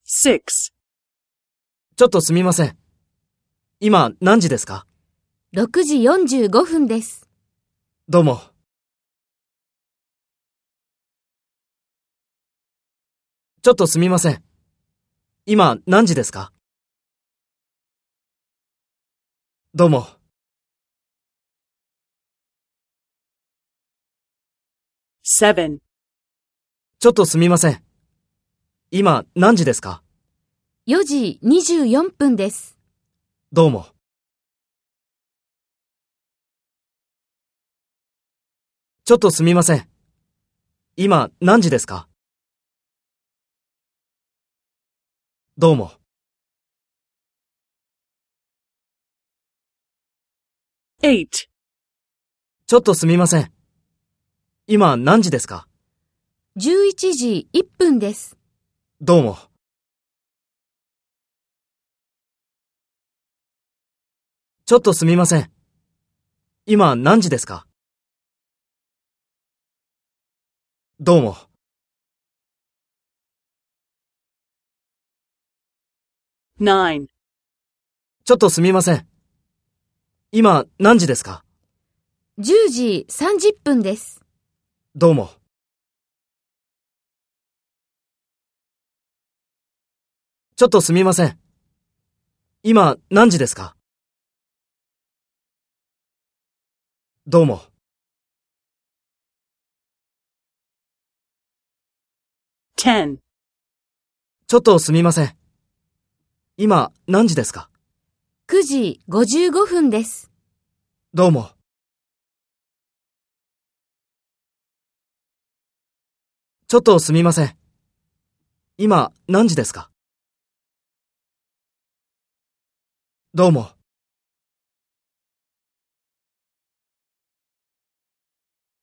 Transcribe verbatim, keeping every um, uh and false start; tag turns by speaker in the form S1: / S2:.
S1: six,
S2: ちょっとすみません。今何時ですか？
S3: ろくじよんじゅうごふんです。
S2: どうも。ちょっとすみません。今何時ですか？どうも。
S1: seven,
S2: ちょっとすみません。今何時ですか？
S3: よじにじゅうよんぷんです。
S2: どうも。ちょっとすみません。今何時ですか？どうも。
S1: eight,
S2: ちょっとすみません。今何時ですか？
S3: じゅういちじいっぷんです。
S2: どうも。ちょっとすみません。今何時ですか？どうも。
S1: nine,
S2: ちょっとすみません。今何時ですか？
S3: じゅうじさんじゅっぷんです。
S2: どうも。ちょっとすみません。今何時ですか？どうも。
S1: ten,
S2: ちょっとすみません。今何時ですか？
S3: くじごじゅうごふんです。
S2: どうも。ちょっとすみません。今何時ですか？どうも。